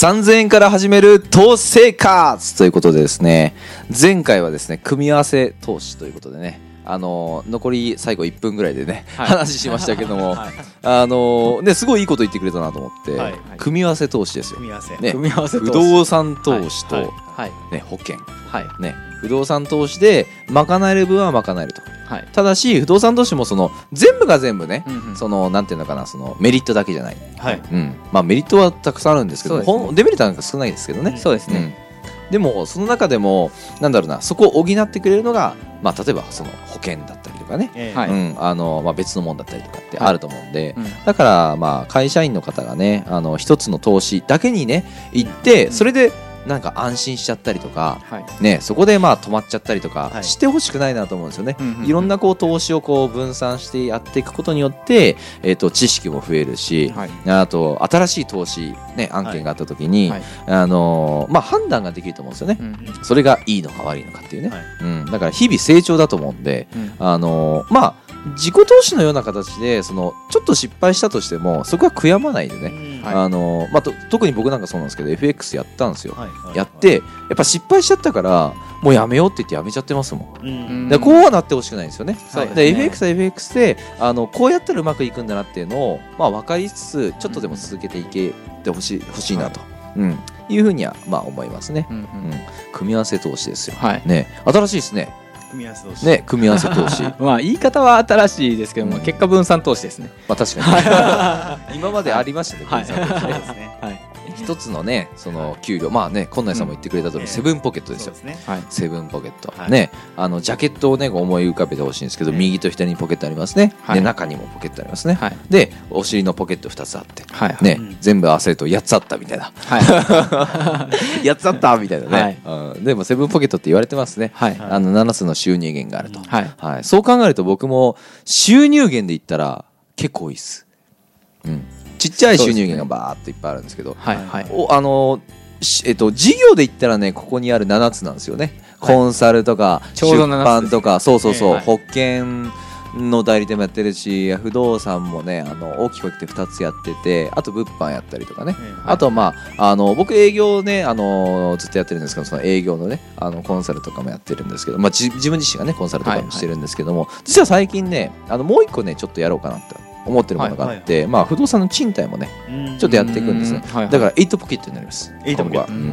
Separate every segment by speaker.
Speaker 1: 3000円から始める投資生活ということでですね、前回はですね組み合わせ投資ということでね、残り最後1分ぐらいでね、はい、話しましたけども、はい、ね、すごいいいこと言ってくれたなと思って、はい、組み合わせ投資ですよ。組み合わせ、ね、組み合わせ投資、不動産投資と、はいはいね、保険、はいね、不動産投資で賄える分は賄えると、はい、ただし不動産投資もその全部が全部ね、うんうん、そのなんていうのかな、そのメリットだけじゃない、はいうん、まあ、メリットはたくさんあるんですけど、ね、デメリットなんか少ないですけどね。そうですね、うん、でもその中でもなんだろうな、そこを補ってくれるのが、まあ、例えばその保険だったりとかね、うんまあ、別のもんだったりとかってあると思うんで、はい、だからまあ会社員の方がね、一つの投資だけにね行って、それでなんか安心しちゃったりとか、はいね、そこでまあ止まっちゃったりとかしてほしくないなと思うんですよね、はい、いろんなこう投資をこう分散してやっていくことによって、知識も増えるし、はい、あと新しい投資、ね、案件があった時に、はいまあ、判断ができると思うんですよね、それがいいのか悪いのかっていうね、はいうん、だから日々成長だと思うんで、まあ自己投資のような形でそのちょっと失敗したとしてもそこは悔やまないでね、はいまあ、特に僕なんかそうなんですけど FX やったんですよ、はいはい、やってやっぱ失敗しちゃったからもうやめようって言ってやめちゃってますもん、でこうはなってほしくないんですよね、はい、で FX は FX でこうやったらうまくいくんだなっていうのを、まあ、分かりつつちょっとでも続けていけてほしいなと、はいうん、いうふうにはまあ思いますね、うんうん、組み合わせ投資ですよ、はいね、新しいですね、組み合わせ投資、ね、組み合わせ投資
Speaker 2: まあ言い方は新しいですけども、結果分散投資ですね。
Speaker 1: まあ確かに今までありましたね、分散投資ね、はい、一つのねその給料、まあね近内さんも言ってくれた通り、セブンポケットですよ、ね、セブンポケット、はい、ねジャケットをね思い浮かべてほしいんですけど、右と左にポケットありますね、はい、で中にもポケットありますね、はい、でお尻のポケット2つあって、はいね全部合わせると8つあったみたいな、はい、8つあったみたいなね、はいでもセブンポケットって言われてますね、はい、7つの収入源があると、はいはい、そう考えると僕も収入源で言ったら結構いいです、うんちっちゃい収入源がバーっといっぱいあるんですけど、はいはい事業で言ったらねここにある7つなんですよね、はい、コンサルとか出版とか、そうそうそう、はい、保険の代理店もやってるし不動産もね大きく分けて2つやってて、あと物販やったりとかね、はい、あとまあ僕営業ねずっとやってるんですけど、その営業のねコンサルとかもやってるんですけど、まあ、自分自身がねコンサルとかもしてるんですけども、はいはい、実は最近ねもう一個ねちょっとやろうかなって思ってるものがあって、はいはい、まあ、不動産の賃貸もねちょっとやっていくんですね、はいはい、だから8ポケットになります、8ポケット、うん、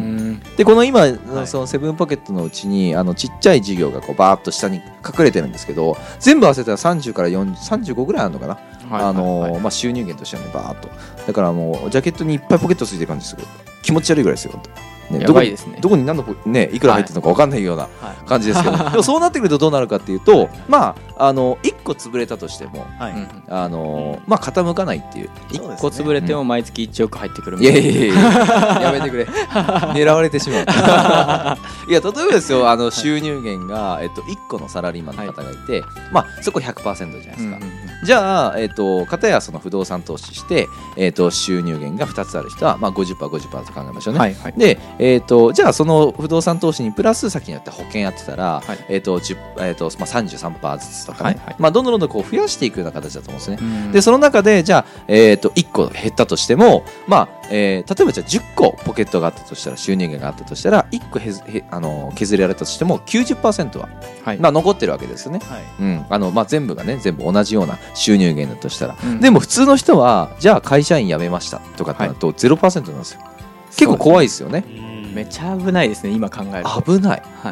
Speaker 1: でこの今、はい、そのセブンポケットのうちにちっちゃい事業がこうバーッと下に隠れてるんですけど、全部合わせたら30から35ぐらいあるのかな、はいまあ、収入源としてはねバーッと、だからもうジャケットにいっぱいポケットついてる感じです。気持ち悪いぐらいですよ、ね、やばいですね、どこに何の、ね、いくら入ってるのか分かんないような感じですけど、はい、でもそうなってくるとどうなるかっていうと、まあ1個潰れたとしても、はいまあ、傾かないっていう、
Speaker 2: 1個潰れても毎月1億入ってくる
Speaker 1: みたいな、いややめてくれ狙われてしまういや例えばですよ、収入源が、1個のサラリーマンの方がいて、まあ、そこ 100% じゃないですか、じゃあ、片やその不動産投資して、収入源が2つある人は、まあ、50%50% と考えましょうね、はいはい、でじゃあその不動産投資にプラス先によって保険やってたら、はいまあ、33% ずつとかね、はいはいまあ、どんどんこう増やしていくような形だと思うんですね。でその中でじゃあ、1個減ったとしても、まあ例えばじゃあ10個ポケットがあったとしたら、収入源があったとしたら1個削られたとしても 90% は、はいまあ、残ってるわけですよね、はいうんまあ、全部がね全部同じような収入源だとしたら、うん、でも普通の人はじゃあ会社員辞めましたとかってなると 0% なんですよ。結構怖いですよね。
Speaker 2: めっちゃ危ないですね、今考えると。
Speaker 1: 危ない、はい、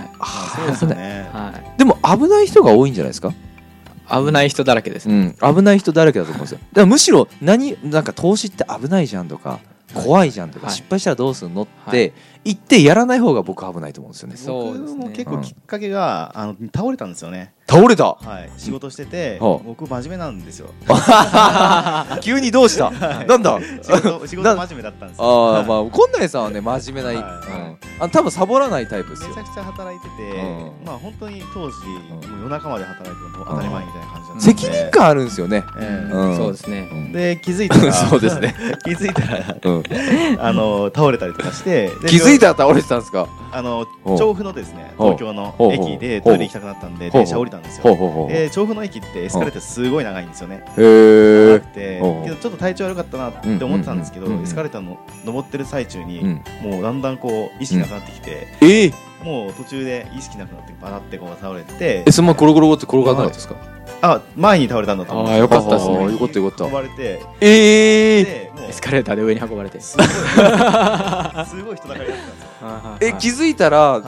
Speaker 1: そうですね、はい、でも危ない人が多いんじゃないですか。
Speaker 2: 危ない人だらけですね、
Speaker 1: うん、危ない人だらけだと思うんですよ。だからむしろなんか投資って危ないじゃんとか怖いじゃんとか、はい、失敗したらどうするのって言ってやらない方が僕は危ないと思うんですよね。
Speaker 3: 僕も結構きっかけが、倒れたんですよね。
Speaker 1: 倒れた、
Speaker 3: はい、仕事してて、僕真面目なんですよ
Speaker 1: 急にどうした、はい、なんだ
Speaker 3: 仕事真面目だったんですよ。
Speaker 1: あ、まあ、近内さんはね真面目な、はいうん、多分サボらないタイプですよ。
Speaker 3: めちゃくちゃ働いてて、まあ本当に当時、もう夜中まで働いてるの当たり前みたいな感じなんで、
Speaker 1: 責任感あるんですよね、
Speaker 2: そうですね、
Speaker 3: で気づいたら
Speaker 1: そうですね
Speaker 3: 気づいたら、倒れたりとかして、
Speaker 1: 気づいたら倒れてたんですか。
Speaker 3: 調布のですね東京の駅でトイレ行きたくなったんで電車降りたんですよ。
Speaker 1: ほうほうほう。
Speaker 3: で調布の駅ってエスカレーターすごい長いんですよね。
Speaker 1: へー。
Speaker 3: 長くてけどちょっと体調悪かったなって思ってたんですけど、エスカレーターの登ってる最中に、もうだんだんこう意識なくなってきて、もう途中で意識なくなってバタってこう倒れて、
Speaker 1: そのままゴロゴロって転がらなかったですか？
Speaker 3: 前に倒れたんだと思うん
Speaker 2: です。よかったですね。
Speaker 1: よかったよかった。
Speaker 3: 運ばれて、
Speaker 2: エスカレーターで上に運ばれて、
Speaker 3: すごい人だかりだったんですよ。
Speaker 1: 気づいたら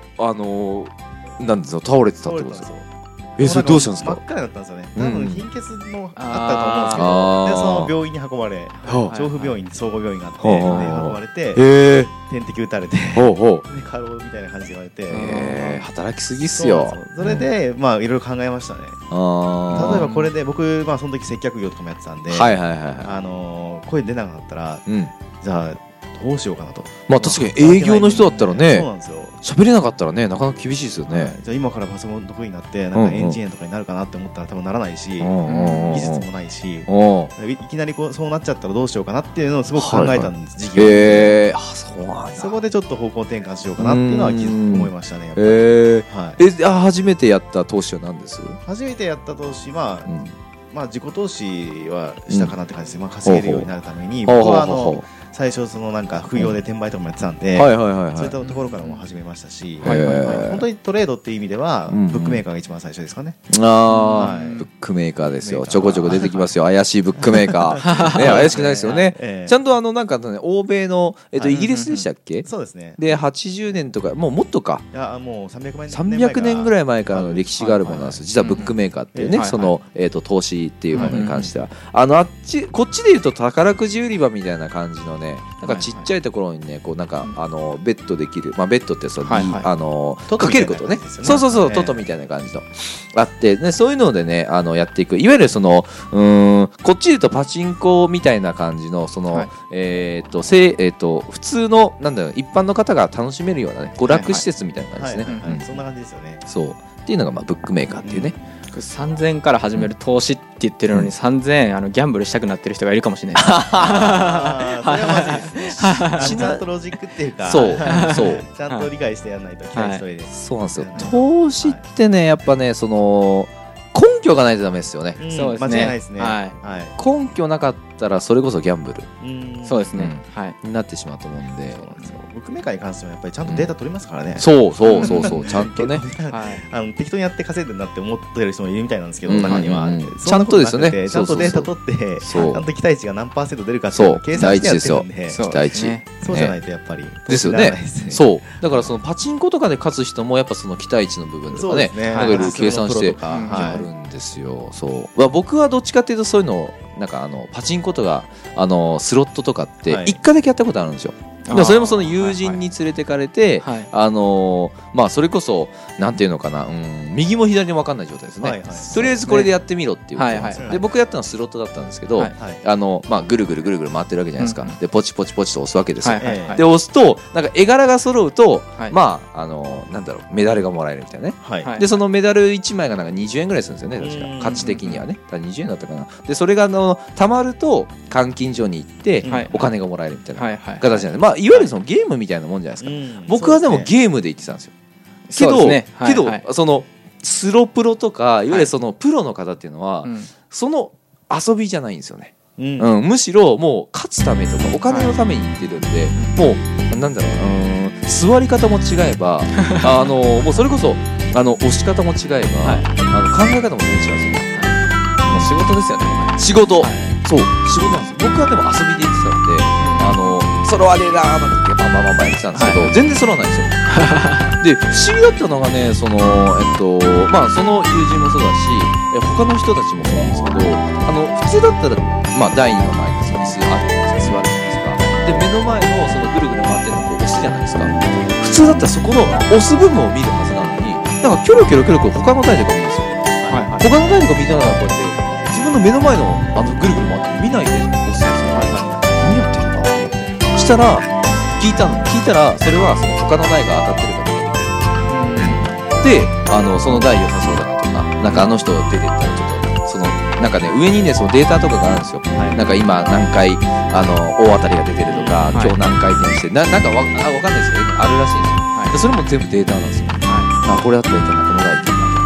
Speaker 1: なんですか、倒れてたってことですか？それどうしたんですか？
Speaker 3: 真っ赤になったんですよね。多分貧血もあったと思うんですけど、でその病院に運ばれ、調布病院に総合病院があって運ばれて、点滴打たれて、過労みたいな感じで言われて、
Speaker 1: 働きすぎっすよ。
Speaker 3: それでまあいろいろ考えましたね。例えばこれで僕その時接客業とかもやってたんで、声出なかったらじゃあどうしようかなと。まあ確かに営業の人だったらね、喋れなかったらね、なかなか厳しいですよね。じゃあ今からパソコン得意になってなんかエンジニアとかになるかなって思ったら多分ならないし、技術もないし、いきなりこうそうなっちゃったらどうしようかなっていうのをすごく考えたんです、時期は。そうなんだ。そこでちょっと方向転換しようかなっていうのは思いましたね、やっぱり。
Speaker 1: 初めてやった投資は何です？
Speaker 3: 初めてやった投資は自己投資はしたかなって感じです。稼げるようになるために、僕は最初そのなんか副業で転売とかもやってたんで、そういったところからも始めましたし、本当にトレードっていう意味ではブックメーカーが一番最初ですかね。
Speaker 1: ブックメーカーですよ。ちょこちょこ出てきますよ。怪しいブックメーカー。怪しくないですよね。ちゃんとなんか欧米のイギリスでしたっけ？そうですね。で80年とかもっとか。いやもう300年ぐらい前からの歴史があるものなんですよ。実はブックメーカーっていうね、その投資っていうものに関してはこっちでいうと宝くじ売り場みたいな感じのね、なんかちっちゃいところにね、こうなんかベッドできる、ベッドってそのかけることね、そうトトみたいな感じのあってね、そういうのでねやっていく、いわゆるそのこっちでいうとパチンコみたいな感じのその普通のなんだろう、一般の方が楽しめるようなね娯楽施設みたいな感じですね。そんな感じですよね。そうっていうのがブックメーカーっていうね。
Speaker 2: 3000円から始める投資って言ってるのに3000円ギャンブルしたくなってる人がいるかもしれないです。それ
Speaker 3: はまずいですね。ちゃんとロジックっていうか、そうちゃんと理解してやらないと期待しといて。
Speaker 1: そうなんですよ。投資ってね、やっぱね、その根拠がないとダメですよね。
Speaker 2: そうですね。
Speaker 3: 間違いないですね。
Speaker 1: 根拠なかったらそれこそギャンブル
Speaker 2: そうですね。
Speaker 1: になってしまうと思うんで。
Speaker 3: ブックメーカーに関してはやっぱりちゃんとデータ取りますからね。
Speaker 1: そうちゃんとね。
Speaker 3: 適当にやって稼いでるなって思ってる人もいるみたいなんですけど、中には
Speaker 1: ちゃんとですよね。
Speaker 3: ちゃんとデータ取ってちゃんと期待値が何%出るかっていうのを計算してやってるんで、
Speaker 1: 期待値
Speaker 3: そうじゃないとやっぱり
Speaker 1: ですよね。そうだからそのパチンコとかで勝つ人もやっぱその期待値の部分とかね、いろいろ計算してやるんですよ。そう僕はどっちかっていうとそういうのなんかパチンコとかスロットとかって1回だけやったことあるんですよ。でもそれもその友人に連れてかれて、それこそなんていうのかな、右も左も分かんない状態ですね。とりあえずこれでやってみろっていうことなんですよ。で僕やったのはスロットだったんですけど、ぐるぐる回ってるわけじゃないですか。でポチポチポチと押すわけですよ。で押すとなんか絵柄が揃うとなんだろう、メダルがもらえるみたいなね。でそのメダル1枚がなんか20円ぐらいするんですよね、確か価値的にはね。20円だったかな。でそれがたまると換金所に行ってお金がもらえるみたいな形なんで、いわゆるそのゲームみたいなもんじゃないですか。僕はでもゲームで言ってたんですよ。けどそのスロプロとかいわゆるそのプロの方っていうのはその遊びじゃないんですよね。むしろもう勝つためとかお金のために言ってるんで、もうなんだろう、座り方も違えばもうそれこそ押し方も違えば考え方も全然違うんですよね。
Speaker 2: もう仕事ですよね。
Speaker 1: 仕事、そう仕事なんですよ。僕はでも遊びで言ってたんで揃わねえなーなんてやってたんですけど、全然揃わないんですよ。で不思議だったのがね、そのその友人もそうだし他の人たちもそうなんですけど、普通だったら台の前に椅子あるじゃないですか、座るじゃないですか。で目の前のそのぐるぐる回ってるのを押すじゃないですか。普通だったらそこの押す部分を見るはずなのに、なんかキョロキョロ他の台とか見るんですよ。他の台とか見ながらこうやって自分の目の前のぐるぐる回って見ないで押すんですよ。何やってるんだと思って。したら聞いたらそれはその他の台が当たってるかどうかで、その台良さそうだなとか、なんか人出てったらちょっとそのなんかね、上にねそのデータとかがあるんですよ。なんか今何回大当たりが出てるとか、今日何回転してなんかわかんないですけどあるらしいんですよ。でそれも全部データなんですよ。これだったらいけない、この台いけないなと思って。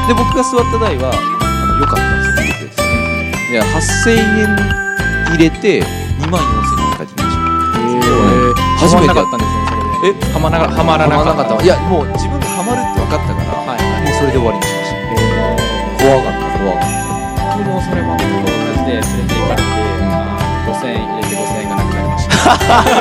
Speaker 1: で僕が座った台は良かったんですよ。で8000円入れて2万4000円返ってきました。初めてやったんですね。それではまらなかった。いやもう自分がハマるって分かったから、もうそれで終わりにしました。怖かった
Speaker 2: 僕もそれは同じで連れて行かれて、5000円入れて5000円がなくなりました。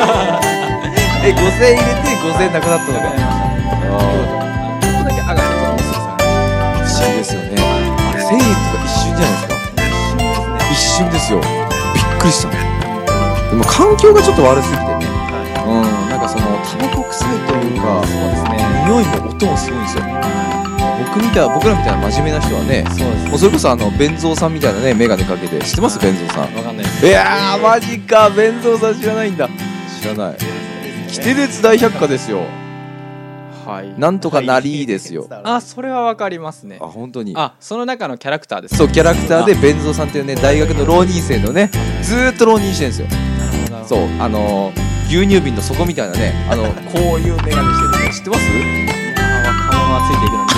Speaker 1: 5000円入れて5000円なくなったのか。
Speaker 2: ちょっとだけ上がったと思うんですよ。
Speaker 1: 不思議ですよね。あれ1000円とか一瞬じゃないですか。一瞬ですよ。びっくりした。でも環境がちょっと悪すぎてね、なんかそのタバコ臭いというか、そうですね、匂いも音もすごいんですよ。僕らみたいな真面目な人はね、もうそれこそ弁蔵さんみたいなねメガネかけて、知ってます弁蔵さん？
Speaker 2: わかんないです。
Speaker 1: いやーマジか、弁蔵さん知らないんだ。知らない。キテレツ大百科ですよ。はい。なんとかなりですよ。
Speaker 2: それはわかりますね。
Speaker 1: 本当に。
Speaker 2: その中のキャラクターです。
Speaker 1: そう、キャラクターで弁蔵さんっていうね、大学の浪人生のね、ずーっと浪人してるんですよ。そう、牛乳瓶の底みたいなね、こういうメガネしてるの知ってます？
Speaker 2: 若者はついていくのに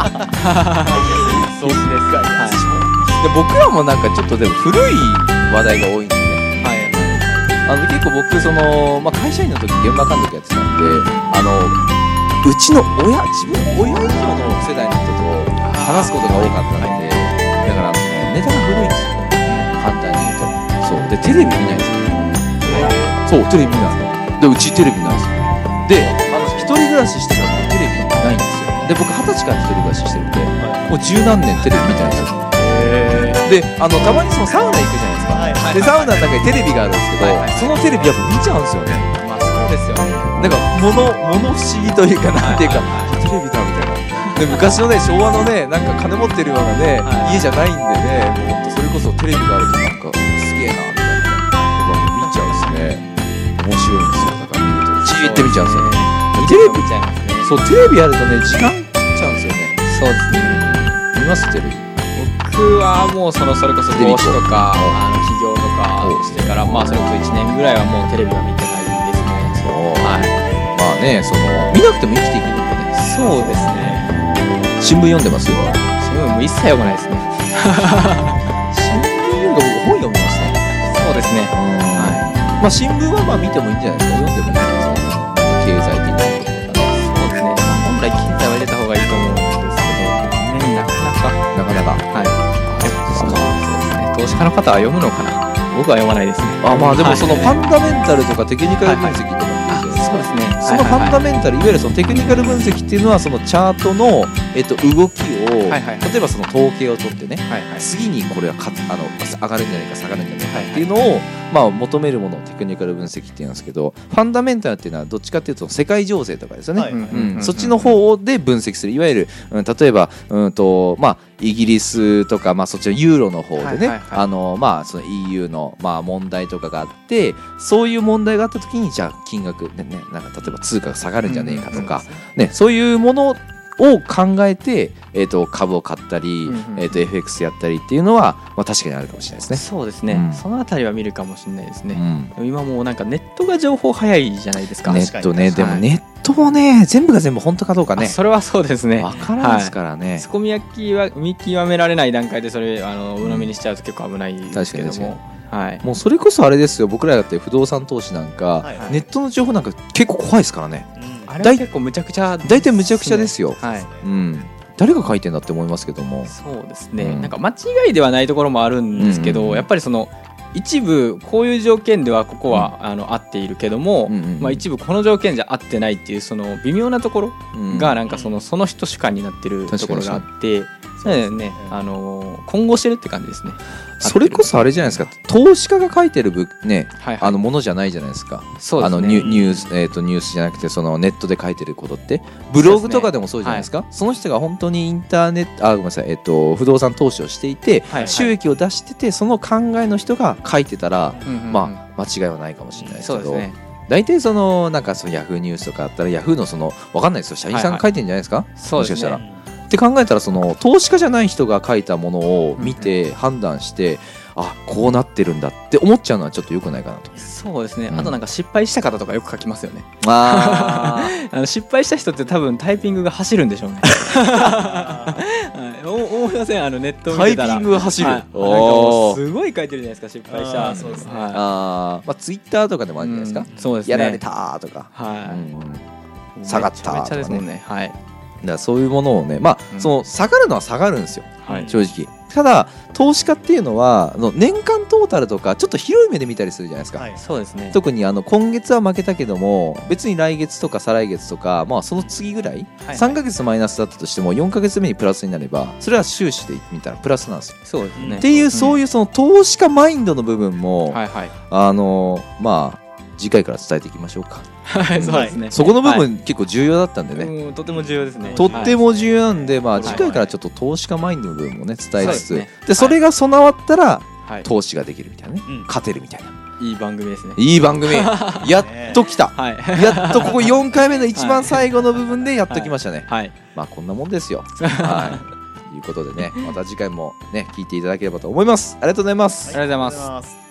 Speaker 1: そうですか。で僕らもなんかちょっとでも古い話題が多いんでね。結構僕会社員の時現場監督やってたんで、うちの自分の親以上の世代の人と話すことが多かったので、だからネタが古いんですよ。簡単に言うと。そうでテレビ見ないんですよ。そうテレビ見ないで、うちテレビないんですよ。で一人暮らししてからテレビないんですよ。で僕20歳から一人暮らししてるんで、もう十何年テレビ見てないんですよ。でたまにそのサウナ行くじゃないですか。でサウナの中にテレビがあるんですけど、そのテレビやっぱ見ちゃうんですよね。
Speaker 2: そうですよね。
Speaker 1: なんか物不思議というか、なんていうか、テレビだみたいな。で昔のね、昭和のね、なんか金持ってるようなね、家じゃないんでね、もうほんとそれこそテレビがあるとなんかすげえなみたいな、見ちゃうんですね。面白いんですよ。だから見るとじーって見ちゃうんですよね。テレビ見ちゃいますね。そう、テレビやるとね、時間食っちゃうんですよね。
Speaker 2: そうですね。
Speaker 1: 見ますテレビ？
Speaker 2: 僕はもうそれこそ投資とか起業とかしてから、それこそ1年ぐらいはもうテレビは見てないですね。そう。ま
Speaker 1: あね、見なくても生きていくのでね。
Speaker 2: そうですね。
Speaker 1: 新聞読んでますよ。
Speaker 2: 新聞も一切読まないですね。
Speaker 1: 新聞僕本読みますね。
Speaker 2: そうですね。
Speaker 1: 新聞は見てもいいんじゃないですか。読んでもいいんじゃないですか。経済的なこととかね。
Speaker 2: そうですね。本来経済は入れた方がいいと思うんですけど、なかなか。そうですね。投資家の方は読むのかな。僕は読まないですね。
Speaker 1: でもそのファンダメンタルとかテクニカル分析とか、
Speaker 2: そうですね。
Speaker 1: そのファンダメンタル、いわゆるそのテクニカル分析っていうのはそのチャートの動きを、例えばその統計を取ってね、次にこれは上がるんじゃないか下がるんじゃないかっていうのを求めるものをテクニカル分析っていうんですけど、ファンダメンタルっていうのはどっちかっていうと世界情勢とかですよね。そっちの方で分析する、いわゆる例えばイギリスとかそっちのユーロの方でね、その EU の問題とかがあって、そういう問題があった時にじゃあ金額でね、なんか例えば通貨が下がるんじゃねえかとかね、そういうものを考えて、株を買ったり、FX やったりっていうのは、確かにあるかもしれないですね。
Speaker 2: そうですね、そのあたりは見るかもしれないですね。でも今もうなんかネットが情報早いじゃないですか。
Speaker 1: ネットね、でもネットもね、全部が全部本当かどうかね、
Speaker 2: それはそうですね、
Speaker 1: 分からんですからね。
Speaker 2: そこ見極められない段階でそれ鵜呑みにしちゃうと結構危ないですけども、
Speaker 1: もうそれこそあれですよ、僕らだって不動産投資なんか、ネットの情報なんか結構怖いですからね。
Speaker 2: あれは結構むちゃくちゃ、
Speaker 1: 大体むちゃくちゃですよ。誰が書いてんだって思いますけども。
Speaker 2: そうですね、なんか間違いではないところもあるんですけど、やっぱりその一部こういう条件ではここは合っているけども、一部この条件じゃ合ってないっていうその微妙なところがなんかその人主観になってるところがあって、そうですね、混合してるって感じですね。
Speaker 1: それこそあれじゃないですか、投資家が書いてるものじゃないじゃないですか。
Speaker 2: そうですね、
Speaker 1: ニュースじゃなくてそのネットで書いてることってブログとかでもそうじゃないですか。その人が本当にインターネットごめんなさい、不動産投資をしていて、収益を出してて、その考えの人が書いてたら、間違いはないかもしれないですけど、大体そのなんかそのヤフーニュースとかあったら、ヤフーのその分かんないですよ、社員さんが書いてるんじゃないですか、もしかしたら。って考えたら、その投資家じゃない人が書いたものを見て判断して、こうなってるんだって思っちゃうのはちょっと良くないかなと。
Speaker 2: そうですね、あとなんか失敗した方とかよく書きますよね。失敗した人って多分タイピングが走るんでしょうね。 思いません？ネット
Speaker 1: タイピングが走る、
Speaker 2: すごい書いてるじゃないですか、失敗した。
Speaker 3: そうですね。
Speaker 1: ツイッターとかでもあるんじゃないですか。
Speaker 2: そうですね。
Speaker 1: やられたとか、下がったとかね。だからそういうものをね、その下がるのは下がるんですよ、正直。ただ投資家っていうのは年間トータルとかちょっと広い目で見たりするじゃないですか。
Speaker 2: そうですね。
Speaker 1: 特に今月は負けたけども別に来月とか再来月とか、その次ぐらい、3ヶ月マイナスだったとしても4ヶ月目にプラスになればそれは収支で見たらプラスなんですよ。
Speaker 2: そうですね。
Speaker 1: っていうそういうその投資家マインドの部分も、次回から伝えていきましょうか。
Speaker 2: そうですね。
Speaker 1: そこの部分結構重要だったんでね。
Speaker 2: とても重要ですね。
Speaker 1: とっても重要なんで、次回からちょっと投資家マインドの部分もね伝えつつ、でそれが備わったら投資ができるみたいなね、勝てるみたいな。
Speaker 2: いい番組ですね。
Speaker 1: いい番組。やっと来た。やっとここ4回目の一番最後の部分でやっときましたね。こんなもんですよ。ということでね、また次回もね聞いていただければと思います。ありがとうございます。
Speaker 2: ありがとうございます。